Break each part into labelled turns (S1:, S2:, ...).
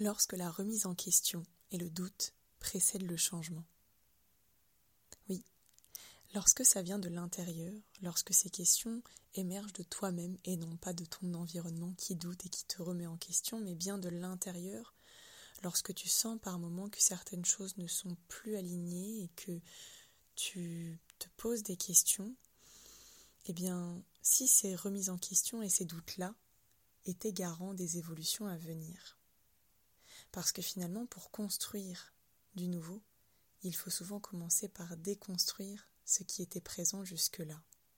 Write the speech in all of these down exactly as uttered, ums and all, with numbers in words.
S1: lorsque la remise en question et le doute précèdent le changement. Oui, lorsque ça vient de l'intérieur, lorsque ces questions émergent de toi-même et non pas de ton environnement qui doute et qui te remet en question, mais bien de l'intérieur, lorsque tu sens par moments que certaines choses ne sont plus alignées et que tu te poses des questions, eh bien, si ces remises en question et ces doutes-là étaient garants des évolutions à venir. Parce que finalement, pour construire du nouveau, il faut souvent commencer par déconstruire ce qui était présent jusque-là.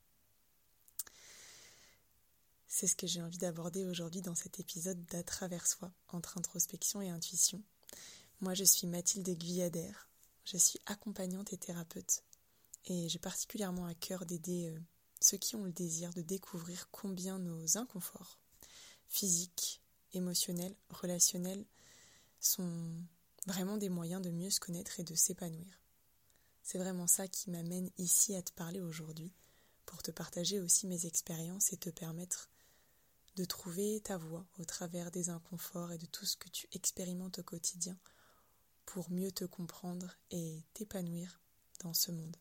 S1: C'est ce que j'ai envie d'aborder aujourd'hui dans cet épisode d'À travers soi, entre introspection et intuition. Moi, je suis Mathilde Guyader, je suis accompagnante et thérapeute, et j'ai particulièrement à cœur d'aider euh, ceux qui ont le désir de découvrir combien nos inconforts physiques, émotionnels, relationnels sont vraiment des moyens de mieux se connaître et de s'épanouir. C'est vraiment ça qui m'amène ici à te parler aujourd'hui, pour te partager aussi mes expériences et te permettre de trouver ta voie au travers des inconforts et de tout ce que tu expérimentes au quotidien pour mieux te comprendre et t'épanouir dans ce monde.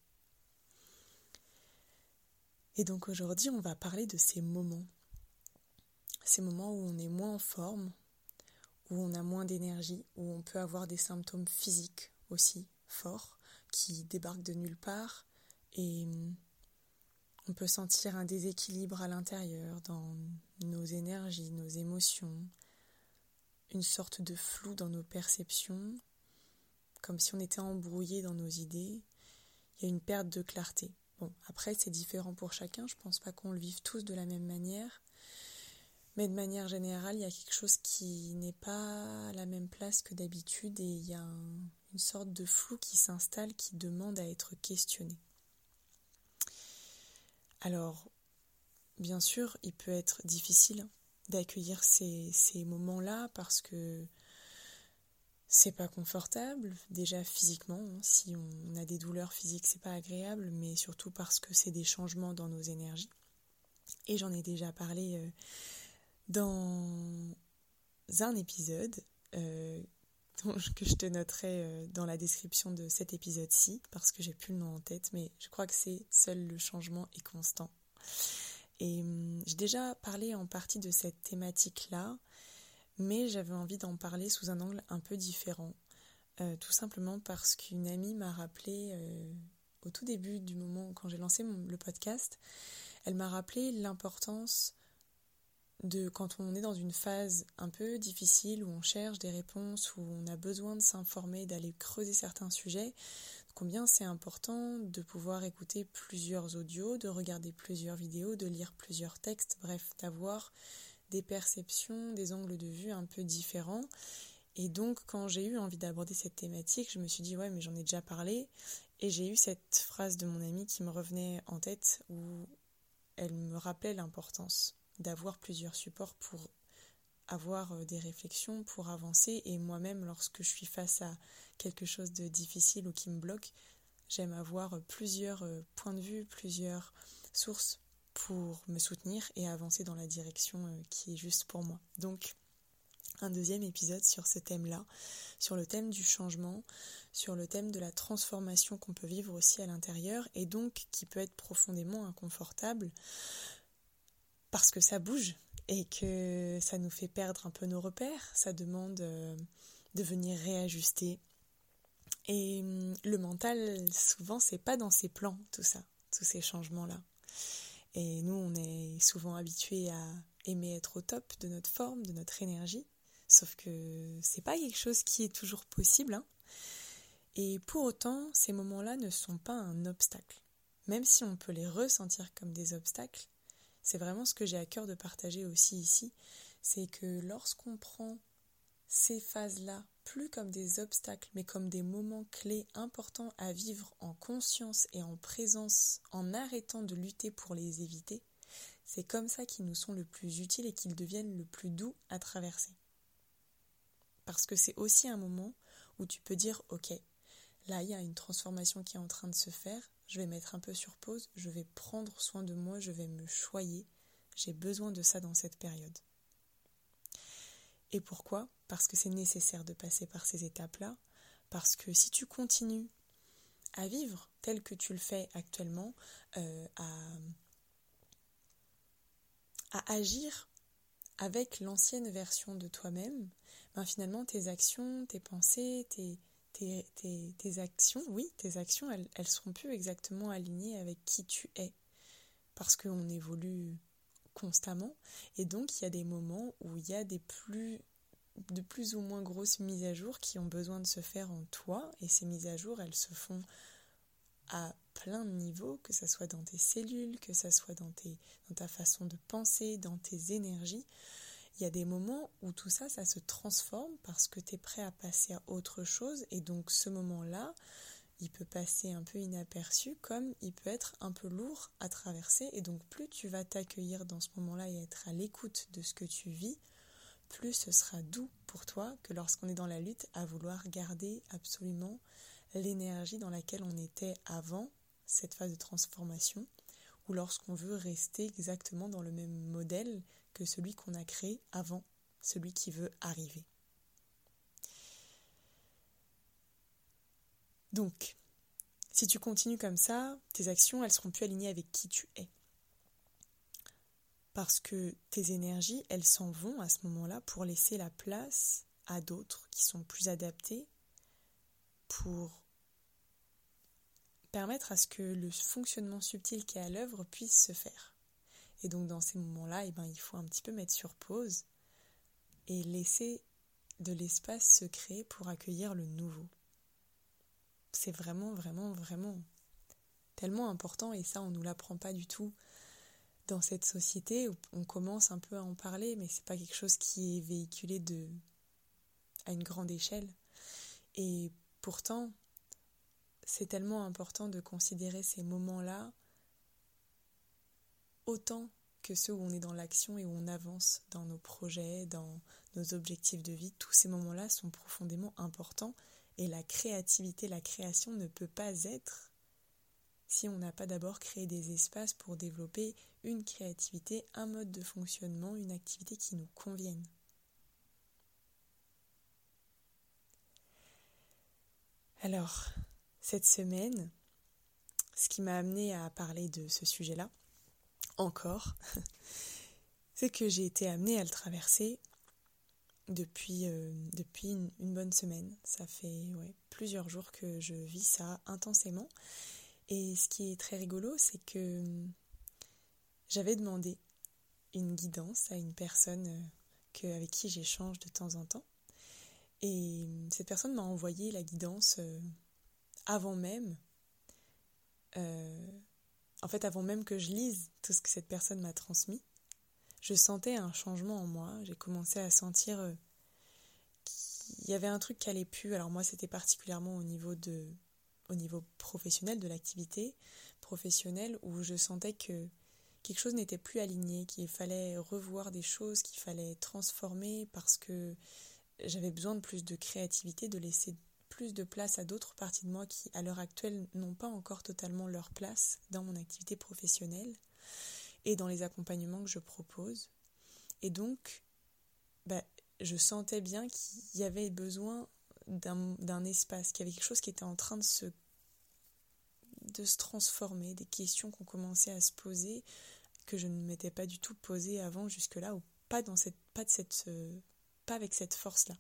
S1: Et donc aujourd'hui, on va parler de ces moments, ces moments où on est moins en forme, où on a moins d'énergie, où on peut avoir des symptômes physiques aussi forts qui débarquent de nulle part et on peut sentir un déséquilibre à l'intérieur dans nos énergies, nos émotions, une sorte de flou dans nos perceptions, comme si on était embrouillé dans nos idées. Il y a une perte de clarté. Bon, après, c'est différent pour chacun. Je pense pas qu'on le vive tous de la même manière. Mais de manière générale, il y a quelque chose qui n'est pas à la même place que d'habitude et il y a un, une sorte de flou qui s'installe qui demande à être questionné. Alors, bien sûr, il peut être difficile d'accueillir ces, ces moments-là parce que c'est pas confortable, déjà physiquement, hein, si on a des douleurs physiques, c'est pas agréable, mais surtout parce que c'est des changements dans nos énergies. Et j'en ai déjà parlé euh, dans un épisode euh, que je te noterai euh, dans la description de cet épisode-ci, parce que j'ai plus le nom en tête, mais je crois que c'est seul le changement est constant. Et hum, j'ai déjà parlé en partie de cette thématique-là, mais j'avais envie d'en parler sous un angle un peu différent, euh, tout simplement parce qu'une amie m'a rappelé, euh, au tout début du moment quand j'ai lancé mon, le podcast, elle m'a rappelé l'importance de quand on est dans une phase un peu difficile, où on cherche des réponses, où on a besoin de s'informer, d'aller creuser certains sujets, combien c'est important de pouvoir écouter plusieurs audios, de regarder plusieurs vidéos, de lire plusieurs textes, bref, d'avoir des perceptions, des angles de vue un peu différents. Et donc, quand j'ai eu envie d'aborder cette thématique, je me suis dit, ouais, mais j'en ai déjà parlé. Et j'ai eu cette phrase de mon amie qui me revenait en tête, où elle me rappelait l'importance d'avoir plusieurs supports pour avoir des réflexions, pour avancer. Et moi-même, lorsque je suis face à quelque chose de difficile ou qui me bloque, j'aime avoir plusieurs points de vue, plusieurs sources pour me soutenir et avancer dans la direction qui est juste pour moi. Donc, un deuxième épisode sur ce thème-là, sur le thème du changement, sur le thème de la transformation qu'on peut vivre aussi à l'intérieur et donc qui peut être profondément inconfortable parce que ça bouge et que ça nous fait perdre un peu nos repères, ça demande de venir réajuster. Et le mental, souvent, c'est pas dans ses plans, tout ça, tous ces changements-là. Et nous, on est souvent habitués à aimer être au top de notre forme, de notre énergie, sauf que c'est pas quelque chose qui est toujours possible, hein. Et pour autant, ces moments-là ne sont pas un obstacle. Même si on peut les ressentir comme des obstacles, c'est vraiment ce que j'ai à cœur de partager aussi ici, c'est que lorsqu'on prend ces phases-là plus comme des obstacles, mais comme des moments clés importants à vivre en conscience et en présence, en arrêtant de lutter pour les éviter, c'est comme ça qu'ils nous sont le plus utiles et qu'ils deviennent le plus doux à traverser. Parce que c'est aussi un moment où tu peux dire, ok, là il y a une transformation qui est en train de se faire, je vais mettre un peu sur pause, je vais prendre soin de moi, je vais me choyer, j'ai besoin de ça dans cette période. Et pourquoi ? Parce que c'est nécessaire de passer par ces étapes-là, parce que si tu continues à vivre tel que tu le fais actuellement, euh, à, à agir avec l'ancienne version de toi-même, ben finalement tes actions, tes pensées, tes, tes, tes, tes actions, oui, tes actions, elles ne seront plus exactement alignées avec qui tu es. Parce qu'on évolue constamment, et donc il y a des moments où il y a des plus, de plus ou moins grosses mises à jour qui ont besoin de se faire en toi, et ces mises à jour, elles se font à plein de niveaux, que ce soit dans tes cellules, que ce soit dans, tes, dans ta façon de penser, dans tes énergies. Il y a des moments où tout ça, ça se transforme parce que tu es prêt à passer à autre chose, et donc ce moment-là, il peut passer un peu inaperçu comme il peut être un peu lourd à traverser, et donc plus tu vas t'accueillir dans ce moment-là et être à l'écoute de ce que tu vis, plus ce sera doux pour toi que lorsqu'on est dans la lutte à vouloir garder absolument l'énergie dans laquelle on était avant cette phase de transformation, ou lorsqu'on veut rester exactement dans le même modèle que celui qu'on a créé avant, celui qui veut arriver. Donc, si tu continues comme ça, tes actions, elles seront plus alignées avec qui tu es. Parce que tes énergies, elles s'en vont à ce moment-là pour laisser la place à d'autres qui sont plus adaptés, pour permettre à ce que le fonctionnement subtil qui est à l'œuvre puisse se faire. Et donc dans ces moments-là, eh ben, il faut un petit peu mettre sur pause et laisser de l'espace se créer pour accueillir le nouveau. C'est vraiment, vraiment, vraiment tellement important, et ça on ne nous l'apprend pas du tout dans cette société où on commence un peu à en parler, mais c'est pas quelque chose qui est véhiculé de, à une grande échelle. Et pourtant, c'est tellement important de considérer ces moments-là autant que ceux où on est dans l'action et où on avance dans nos projets, dans nos objectifs de vie. Tous ces moments-là sont profondément importants, et la créativité, la création ne peut pas être si on n'a pas d'abord créé des espaces pour développer une créativité, un mode de fonctionnement, une activité qui nous convienne. Alors, cette semaine, ce qui m'a amenée à parler de ce sujet-là, encore, c'est que j'ai été amenée à le traverser depuis, euh, depuis une, une bonne semaine. Ça fait ouais, plusieurs jours que je vis ça intensément. Et ce qui est très rigolo, c'est que j'avais demandé une guidance à une personne que, avec qui j'échange de temps en temps. Et cette personne m'a envoyé la guidance euh, avant même, euh, en fait avant même que je lise tout ce que cette personne m'a transmis. Je sentais un changement en moi. J'ai commencé à sentir euh, qu'il y avait un truc qui allait plus. Alors moi, c'était particulièrement au niveau de, au niveau professionnel, de l'activité professionnelle, où je sentais que quelque chose n'était plus aligné, qu'il fallait revoir des choses, qu'il fallait transformer, parce que j'avais besoin de plus de créativité, de laisser plus de place à d'autres parties de moi qui, à l'heure actuelle, n'ont pas encore totalement leur place dans mon activité professionnelle et dans les accompagnements que je propose. Et donc, bah, je sentais bien qu'il y avait besoin d'un, d'un espace, qu'il y avait quelque chose qui était en train de se, de se transformer, des questions qu'on commençait à se poser, que je ne m'étais pas du tout posées avant jusque-là, ou pas, dans cette, pas, de cette, euh, pas avec cette force-là.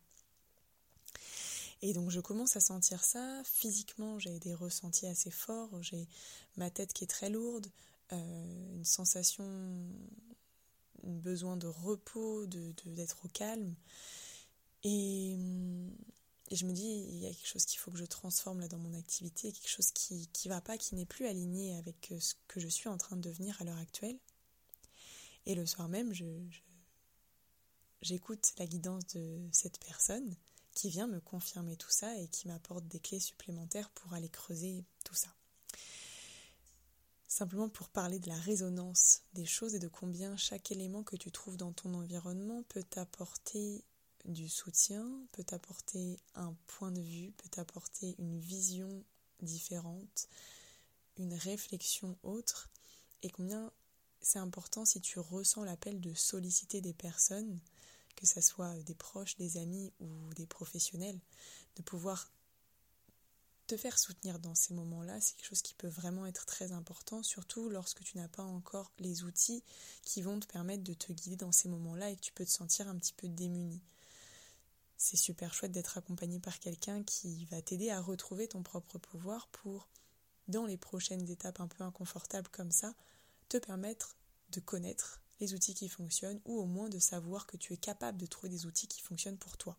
S1: Et donc je commence à sentir ça. Physiquement, j'ai des ressentis assez forts. J'ai ma tête qui est très lourde, euh, une sensation, un besoin de repos, de, de, d'être au calme. Et, et je me dis, il y a quelque chose qu'il faut que je transforme là dans mon activité, quelque chose qui qui va pas, qui n'est plus aligné avec ce que je suis en train de devenir à l'heure actuelle. Et le soir même, je, je, j'écoute la guidance de cette personne qui vient me confirmer tout ça et qui m'apporte des clés supplémentaires pour aller creuser tout ça. Simplement pour parler de la résonance des choses et de combien chaque élément que tu trouves dans ton environnement peut t'apporter du soutien, peut t'apporter un point de vue, peut t'apporter une vision différente, une réflexion autre, et combien c'est important, si tu ressens l'appel de solliciter des personnes que ça soit des proches, des amis ou des professionnels, de pouvoir te faire soutenir dans ces moments-là, c'est quelque chose qui peut vraiment être très important, surtout lorsque tu n'as pas encore les outils qui vont te permettre de te guider dans ces moments-là et que tu peux te sentir un petit peu démuni. C'est super chouette d'être accompagné par quelqu'un qui va t'aider à retrouver ton propre pouvoir pour, dans les prochaines étapes un peu inconfortables comme ça, te permettre de connaître les outils qui fonctionnent ou au moins de savoir que tu es capable de trouver des outils qui fonctionnent pour toi.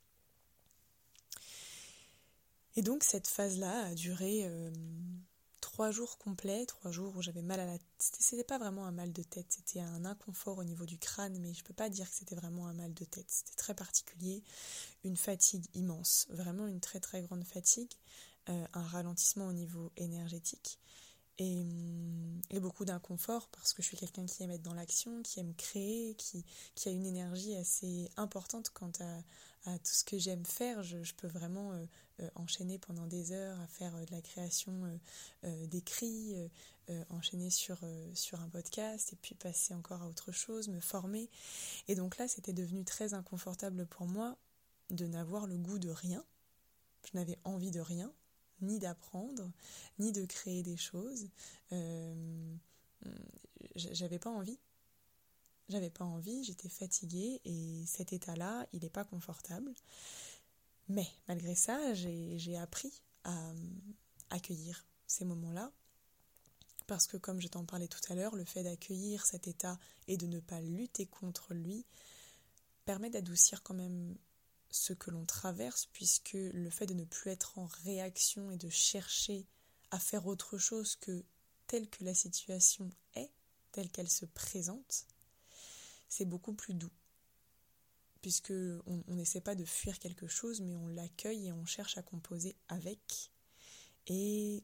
S1: Et donc cette phase-là a duré euh, trois jours complets, trois jours où j'avais mal à la tête. C'était, c'était pas vraiment un mal de tête, c'était un inconfort au niveau du crâne, mais je peux pas dire que c'était vraiment un mal de tête. C'était très particulier, une fatigue immense, vraiment une très très grande fatigue, euh, un ralentissement au niveau énergétique et, et beaucoup d'inconfort parce que je suis quelqu'un qui aime être dans l'action, qui aime créer, qui, qui a une énergie assez importante quant à, à tout ce que j'aime faire. Je, je peux vraiment euh, euh, enchaîner pendant des heures à faire euh, de la création euh, euh, d'écrits, euh, euh, enchaîner sur, euh, sur un podcast et puis passer encore à autre chose, me former. Et donc là, c'était devenu très inconfortable pour moi de n'avoir le goût de rien. Je n'avais envie de rien, ni d'apprendre, ni de créer des choses. Euh, j'avais pas envie. J'avais pas envie, j'étais fatiguée et cet état-là, il n'est pas confortable. Mais malgré ça, j'ai, j'ai appris à euh, accueillir ces moments-là. Parce que comme je t'en parlais tout à l'heure, le fait d'accueillir cet état et de ne pas lutter contre lui permet d'adoucir quand même ce que l'on traverse, puisque le fait de ne plus être en réaction et de chercher à faire autre chose que telle que la situation est, telle qu'elle se présente, c'est beaucoup plus doux. Puisque on n'essaie pas de fuir quelque chose, mais on l'accueille et on cherche à composer avec. Et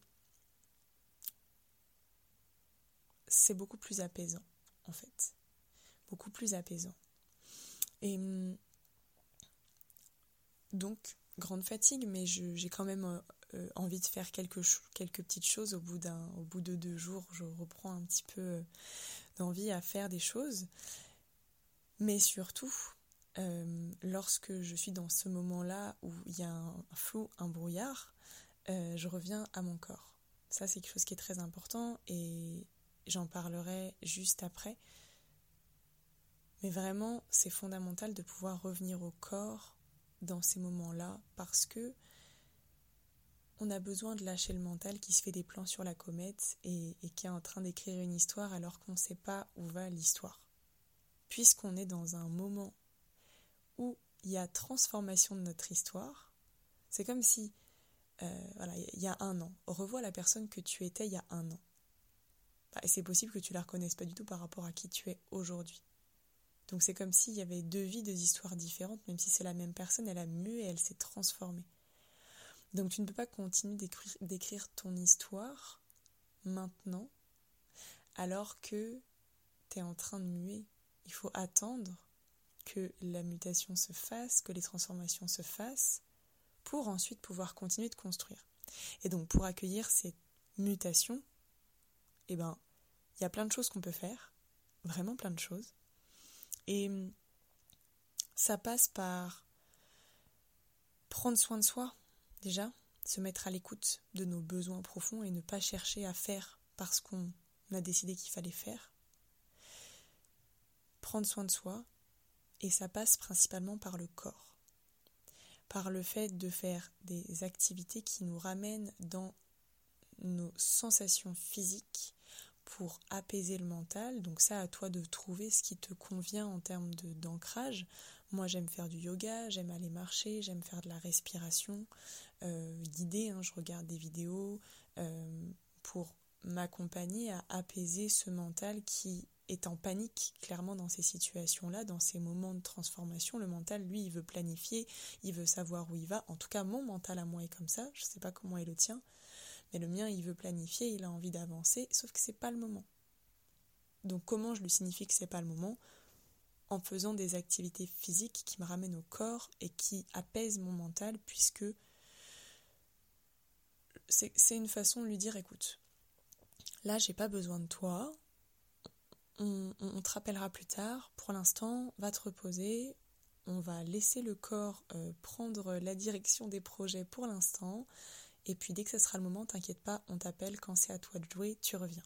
S1: c'est beaucoup plus apaisant, en fait. Beaucoup plus apaisant. Et donc, grande fatigue, mais je, j'ai quand même euh, envie de faire quelque cho- quelques petites choses. Au bout, d'un, au bout de deux jours, je reprends un petit peu euh, d'envie à faire des choses. Mais surtout, euh, lorsque je suis dans ce moment-là où il y a un flou, un brouillard, euh, je reviens à mon corps. Ça, c'est quelque chose qui est très important et j'en parlerai juste après. Mais vraiment, c'est fondamental de pouvoir revenir au corps dans ces moments-là parce que on a besoin de lâcher le mental qui se fait des plans sur la comète et, et qui est en train d'écrire une histoire alors qu'on ne sait pas où va l'histoire. Puisqu'on est dans un moment où il y a transformation de notre histoire, c'est comme si, euh, voilà, il y a un an, revois la personne que tu étais il y a un an. Bah, et c'est possible que tu la reconnaisses pas du tout par rapport à qui tu es aujourd'hui. Donc c'est comme s'il y avait deux vies, deux histoires différentes, même si c'est la même personne, elle a mué et elle s'est transformée. Donc tu ne peux pas continuer d'écrire, d'écrire ton histoire maintenant alors que tu es en train de muer. Il faut attendre que la mutation se fasse, que les transformations se fassent, pour ensuite pouvoir continuer de construire. Et donc pour accueillir cette mutation, eh ben, il y a plein de choses qu'on peut faire, vraiment plein de choses. Et ça passe par prendre soin de soi, déjà, se mettre à l'écoute de nos besoins profonds et ne pas chercher à faire parce qu'on a décidé qu'il fallait faire. Prendre soin de soi, et ça passe principalement par le corps. Par le fait de faire des activités qui nous ramènent dans nos sensations physiques pour apaiser le mental. Donc ça, à toi de trouver ce qui te convient en termes de, d'ancrage. Moi, j'aime faire du yoga, j'aime aller marcher, j'aime faire de la respiration euh, guidée. Hein, je regarde des vidéos euh, pour m'accompagner à apaiser ce mental qui est en panique, clairement, dans ces situations-là, dans ces moments de transformation. Le mental, lui, il veut planifier, il veut savoir où il va. En tout cas, mon mental à moi est comme ça. Je ne sais pas comment est le tien. Mais le mien, il veut planifier, il a envie d'avancer, sauf que c'est pas le moment. Donc comment je lui signifie que c'est pas le moment ? En faisant des activités physiques qui me ramènent au corps et qui apaisent mon mental, puisque c'est, c'est une façon de lui dire, écoute, là j'ai pas besoin de toi, on, on, on te rappellera plus tard, pour l'instant, va te reposer, on va laisser le corps euh, prendre la direction des projets pour l'instant, et puis dès que ce sera le moment, t'inquiète pas, on t'appelle, quand c'est à toi de jouer, tu reviens.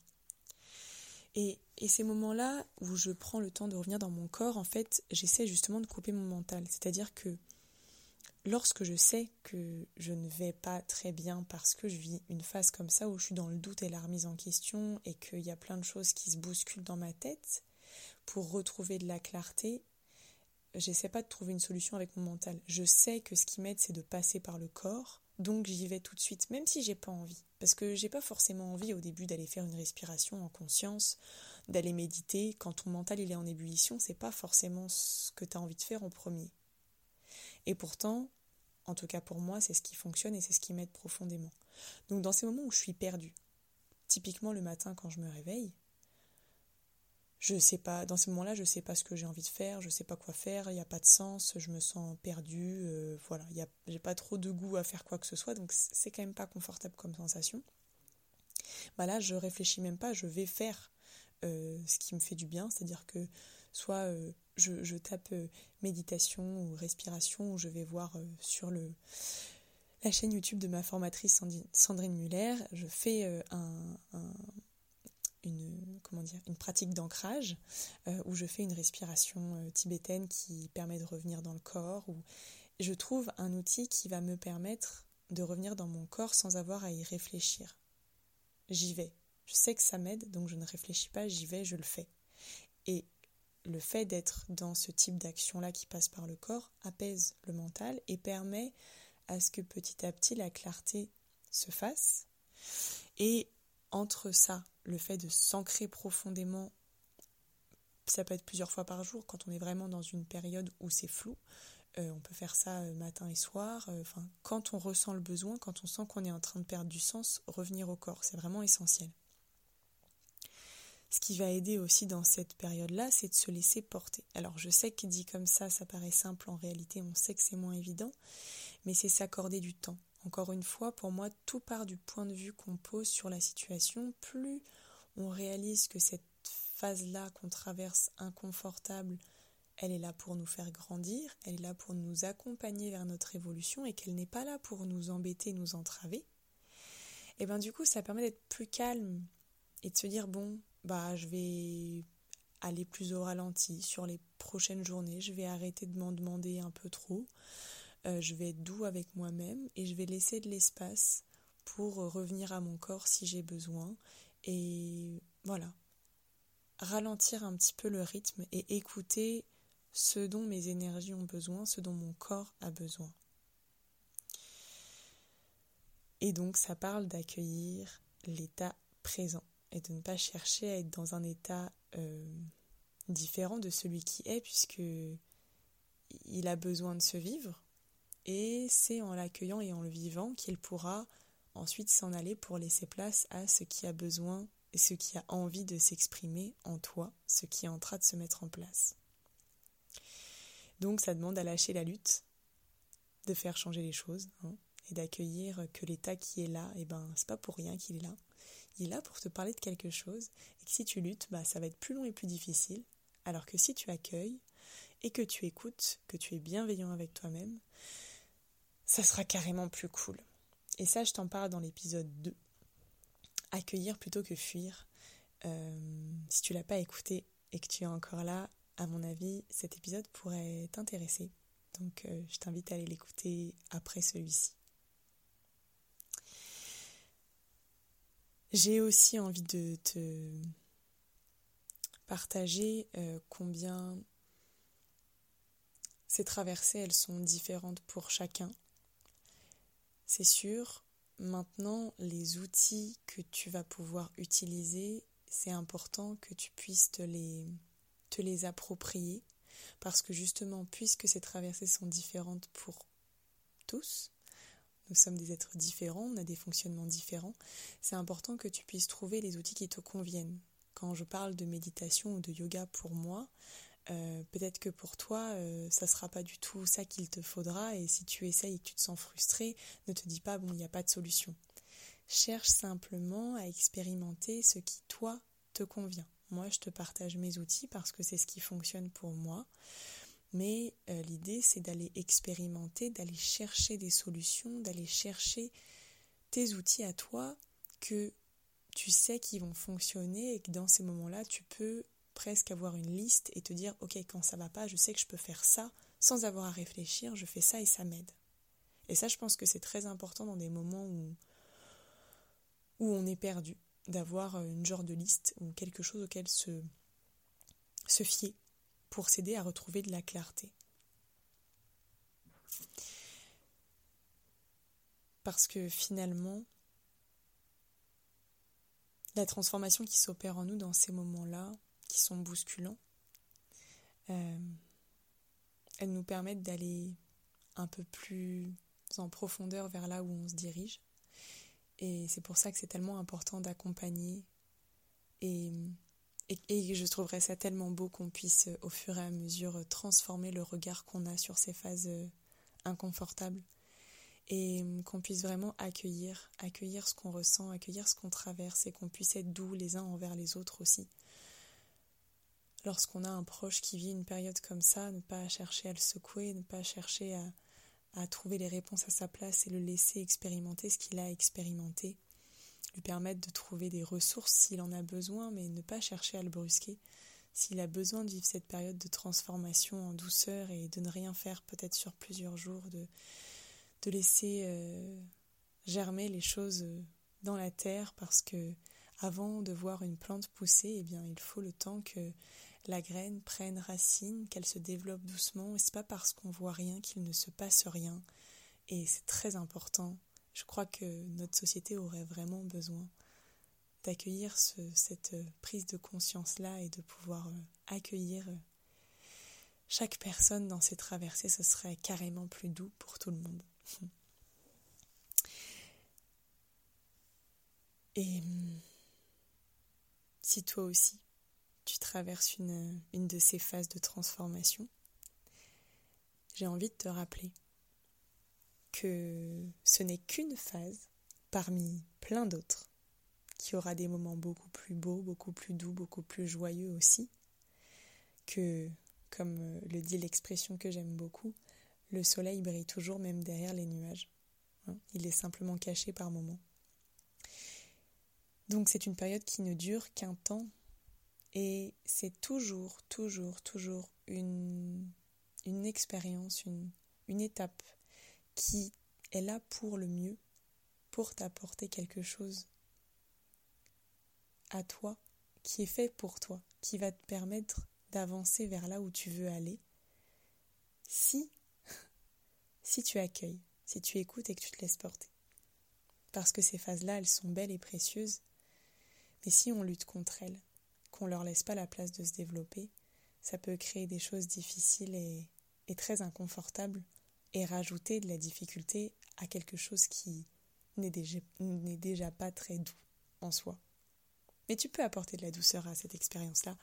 S1: Et, et ces moments-là où je prends le temps de revenir dans mon corps, en fait, j'essaie justement de couper mon mental. C'est-à-dire que lorsque je sais que je ne vais pas très bien parce que je vis une phase comme ça où je suis dans le doute et la remise en question et qu'il y a plein de choses qui se bousculent dans ma tête, pour retrouver de la clarté, j'essaie pas de trouver une solution avec mon mental. Je sais que ce qui m'aide, c'est de passer par le corps, donc j'y vais tout de suite, même si j'ai pas envie. Parce que j'ai pas forcément envie au début d'aller faire une respiration en conscience, d'aller méditer. Quand ton mental il est en ébullition, c'est pas forcément ce que tu as envie de faire en premier. Et pourtant, en tout cas pour moi, c'est ce qui fonctionne et c'est ce qui m'aide profondément. Donc dans ces moments où je suis perdue, typiquement le matin quand je me réveille, je sais pas, dans ces moments-là, je sais pas ce que j'ai envie de faire, je sais pas quoi faire, il n'y a pas de sens, je me sens perdue, euh, voilà, y a, j'ai pas trop de goût à faire quoi que ce soit, donc c'est quand même pas confortable comme sensation. Bah là, je réfléchis même pas, je vais faire euh, ce qui me fait du bien, c'est-à-dire que soit euh, je, je tape euh, méditation ou respiration, ou je vais voir euh, sur le la chaîne YouTube de ma formatrice Sandrine Muller, je fais euh, un, un Une, comment dire, une pratique d'ancrage euh, où je fais une respiration euh, tibétaine qui permet de revenir dans le corps. Où je trouve un outil qui va me permettre de revenir dans mon corps sans avoir à y réfléchir. J'y vais. Je sais que ça m'aide, donc je ne réfléchis pas, j'y vais, je le fais. Et le fait d'être dans ce type d'action-là qui passe par le corps apaise le mental et permet à ce que petit à petit la clarté se fasse. Et entre ça, le fait de s'ancrer profondément, ça peut être plusieurs fois par jour quand on est vraiment dans une période où c'est flou. Euh, on peut faire ça matin et soir. Euh, enfin, quand on ressent le besoin, quand on sent qu'on est en train de perdre du sens, revenir au corps, c'est vraiment essentiel. Ce qui va aider aussi dans cette période-là, c'est de se laisser porter. Alors je sais que dit comme ça, ça paraît simple, en réalité on sait que c'est moins évident, mais c'est s'accorder du temps. Encore une fois, pour moi, tout part du point de vue qu'on pose sur la situation. Plus on réalise que cette phase-là qu'on traverse inconfortable, elle est là pour nous faire grandir, elle est là pour nous accompagner vers notre évolution et qu'elle n'est pas là pour nous embêter, nous entraver, et bien du coup, ça permet d'être plus calme et de se dire, bon, bah je vais aller plus au ralenti sur les prochaines journées, je vais arrêter de m'en demander un peu trop. Euh, je vais être doux avec moi-même et je vais laisser de l'espace pour revenir à mon corps si j'ai besoin. Et voilà, ralentir un petit peu le rythme et écouter ce dont mes énergies ont besoin, ce dont mon corps a besoin. Et donc ça parle d'accueillir l'état présent et de ne pas chercher à être dans un état euh, différent de celui qui est, puisque il a besoin de se vivre. Et c'est en l'accueillant et en le vivant qu'il pourra ensuite s'en aller pour laisser place à ce qui a besoin et ce qui a envie de s'exprimer en toi, ce qui est en train de se mettre en place. Donc ça demande à lâcher la lutte, de faire changer les choses, hein, et d'accueillir que l'état qui est là, eh ben, c'est pas pour rien qu'il est là. Il est là pour te parler de quelque chose, et que si tu luttes, bah, ça va être plus long et plus difficile, alors que si tu accueilles et que tu écoutes, que tu es bienveillant avec toi-même, ça sera carrément plus cool. Et ça, je t'en parle dans l'épisode deux. Accueillir plutôt que fuir. Euh, si tu l'as pas écouté et que tu es encore là, à mon avis, cet épisode pourrait t'intéresser. Donc, euh, je t'invite à aller l'écouter après celui-ci. J'ai aussi envie de te partager euh, combien ces traversées, elles sont différentes pour chacun. C'est sûr, maintenant, les outils que tu vas pouvoir utiliser, c'est important que tu puisses te les, te les approprier, parce que justement, puisque ces traversées sont différentes pour tous, nous sommes des êtres différents, on a des fonctionnements différents, c'est important que tu puisses trouver les outils qui te conviennent. Quand je parle de méditation ou de yoga pour moi, Euh, peut-être que pour toi, euh, ça ne sera pas du tout ça qu'il te faudra, et si tu essayes et que tu te sens frustré, ne te dis pas, bon, il n'y a pas de solution. Cherche simplement à expérimenter ce qui, toi, te convient. Moi, je te partage mes outils parce que c'est ce qui fonctionne pour moi. Mais euh, l'idée, c'est d'aller expérimenter, d'aller chercher des solutions, d'aller chercher tes outils à toi que tu sais qu'ils vont fonctionner et que dans ces moments-là, tu peux presque avoir une liste et te dire « Ok, quand ça va pas, je sais que je peux faire ça sans avoir à réfléchir, je fais ça et ça m'aide. » Et ça, je pense que c'est très important dans des moments où, où on est perdu, d'avoir une genre de liste ou quelque chose auquel se, se fier pour s'aider à retrouver de la clarté. Parce que finalement, la transformation qui s'opère en nous dans ces moments-là, qui sont bousculants, euh, elles nous permettent d'aller un peu plus en profondeur vers là où on se dirige. Et c'est pour ça que c'est tellement important d'accompagner. Et, et, et je trouverais ça tellement beau qu'on puisse, au fur et à mesure, transformer le regard qu'on a sur ces phases inconfortables. Et qu'on puisse vraiment accueillir, accueillir ce qu'on ressent, accueillir ce qu'on traverse et qu'on puisse être doux les uns envers les autres aussi. Lorsqu'on a un proche qui vit une période comme ça, ne pas chercher à le secouer, ne pas chercher à, à trouver les réponses à sa place et le laisser expérimenter ce qu'il a expérimenté, lui permettre de trouver des ressources s'il en a besoin, mais ne pas chercher à le brusquer. S'il a besoin de vivre cette période de transformation en douceur et de ne rien faire peut-être sur plusieurs jours, de de laisser euh, germer les choses dans la terre parce que avant de voir une plante pousser, eh bien, il faut le temps que la graine prenne racine, qu'elle se développe doucement. Et c'est pas parce qu'on voit rien qu'il ne se passe rien. Et c'est très important. Je crois que notre société aurait vraiment besoin d'accueillir ce, cette prise de conscience-là et de pouvoir euh, accueillir euh, chaque personne dans ses traversées. Ce serait carrément plus doux pour tout le monde. Et si toi aussi tu traverses une, une de ces phases de transformation, j'ai envie de te rappeler que ce n'est qu'une phase parmi plein d'autres, qui aura des moments beaucoup plus beaux, beaucoup plus doux, beaucoup plus joyeux aussi, que, comme le dit l'expression que j'aime beaucoup, le soleil brille toujours même derrière les nuages. Il est simplement caché par moments. Donc c'est une période qui ne dure qu'un temps et c'est toujours, toujours, toujours une, une expérience, une, une étape qui est là pour le mieux, pour t'apporter quelque chose à toi, qui est fait pour toi, qui va te permettre d'avancer vers là où tu veux aller, si, si tu accueilles, si tu écoutes et que tu te laisses porter. Parce que ces phases-là, elles sont belles et précieuses, mais si on lutte contre elles, qu'on leur laisse pas la place de se développer, ça peut créer des choses difficiles et, et très inconfortables et rajouter de la difficulté à quelque chose qui n'est déjà, n'est déjà pas très doux en soi. Mais tu peux apporter de la douceur à cette expérience-là.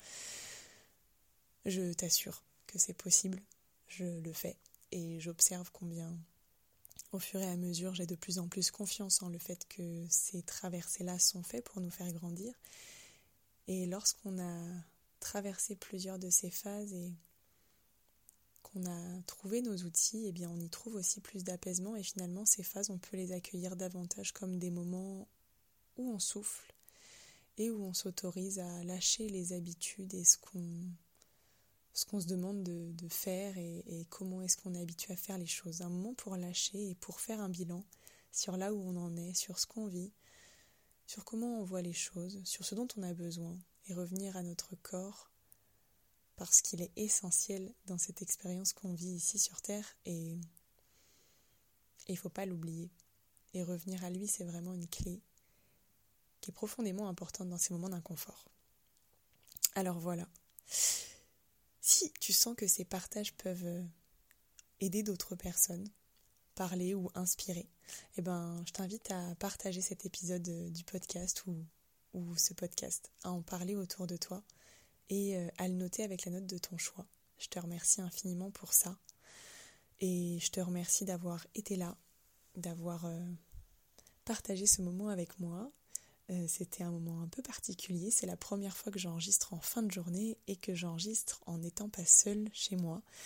S1: Je t'assure que c'est possible, je le fais et j'observe combien, au fur et à mesure, j'ai de plus en plus confiance en le fait que ces traversées-là sont faites pour nous faire grandir. Et lorsqu'on a traversé plusieurs de ces phases et qu'on a trouvé nos outils, eh bien on y trouve aussi plus d'apaisement et finalement ces phases, on peut les accueillir davantage comme des moments où on souffle et où on s'autorise à lâcher les habitudes et ce qu'on, ce qu'on se demande de, de faire et, et comment est-ce qu'on est habitué à faire les choses. Un moment pour lâcher et pour faire un bilan sur là où on en est, sur ce qu'on vit, sur comment on voit les choses, sur ce dont on a besoin et revenir à notre corps parce qu'il est essentiel dans cette expérience qu'on vit ici sur Terre et il ne faut pas l'oublier. Et revenir à lui, c'est vraiment une clé qui est profondément importante dans ces moments d'inconfort. Alors voilà. Si tu sens que ces partages peuvent aider d'autres personnes, parler ou inspirer, eh ben, je t'invite à partager cet épisode du podcast ou, ou ce podcast, à en parler autour de toi et à le noter avec la note de ton choix. Je te remercie infiniment pour ça et je te remercie d'avoir été là, d'avoir euh, partagé ce moment avec moi. Euh, c'était un moment un peu particulier, c'est la première fois que j'enregistre en fin de journée et que j'enregistre en n'étant pas seule chez moi.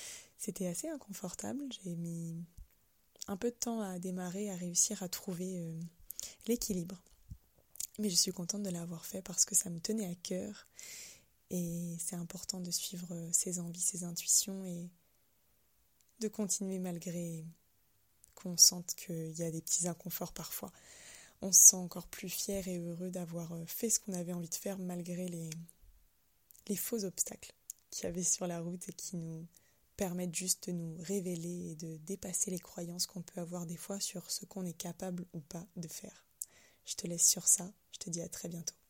S1: C'était assez inconfortable, j'ai mis un peu de temps à démarrer, à réussir à trouver euh, l'équilibre. Mais je suis contente de l'avoir fait parce que ça me tenait à cœur et c'est important de suivre ses envies, ses intuitions et de continuer malgré qu'on sente qu'il y a des petits inconforts parfois. On se sent encore plus fier et heureux d'avoir fait ce qu'on avait envie de faire malgré les, les faux obstacles qu'il y avait sur la route et qui nous permettent juste de nous révéler et de dépasser les croyances qu'on peut avoir des fois sur ce qu'on est capable ou pas de faire. Je te laisse sur ça, je te dis à très bientôt.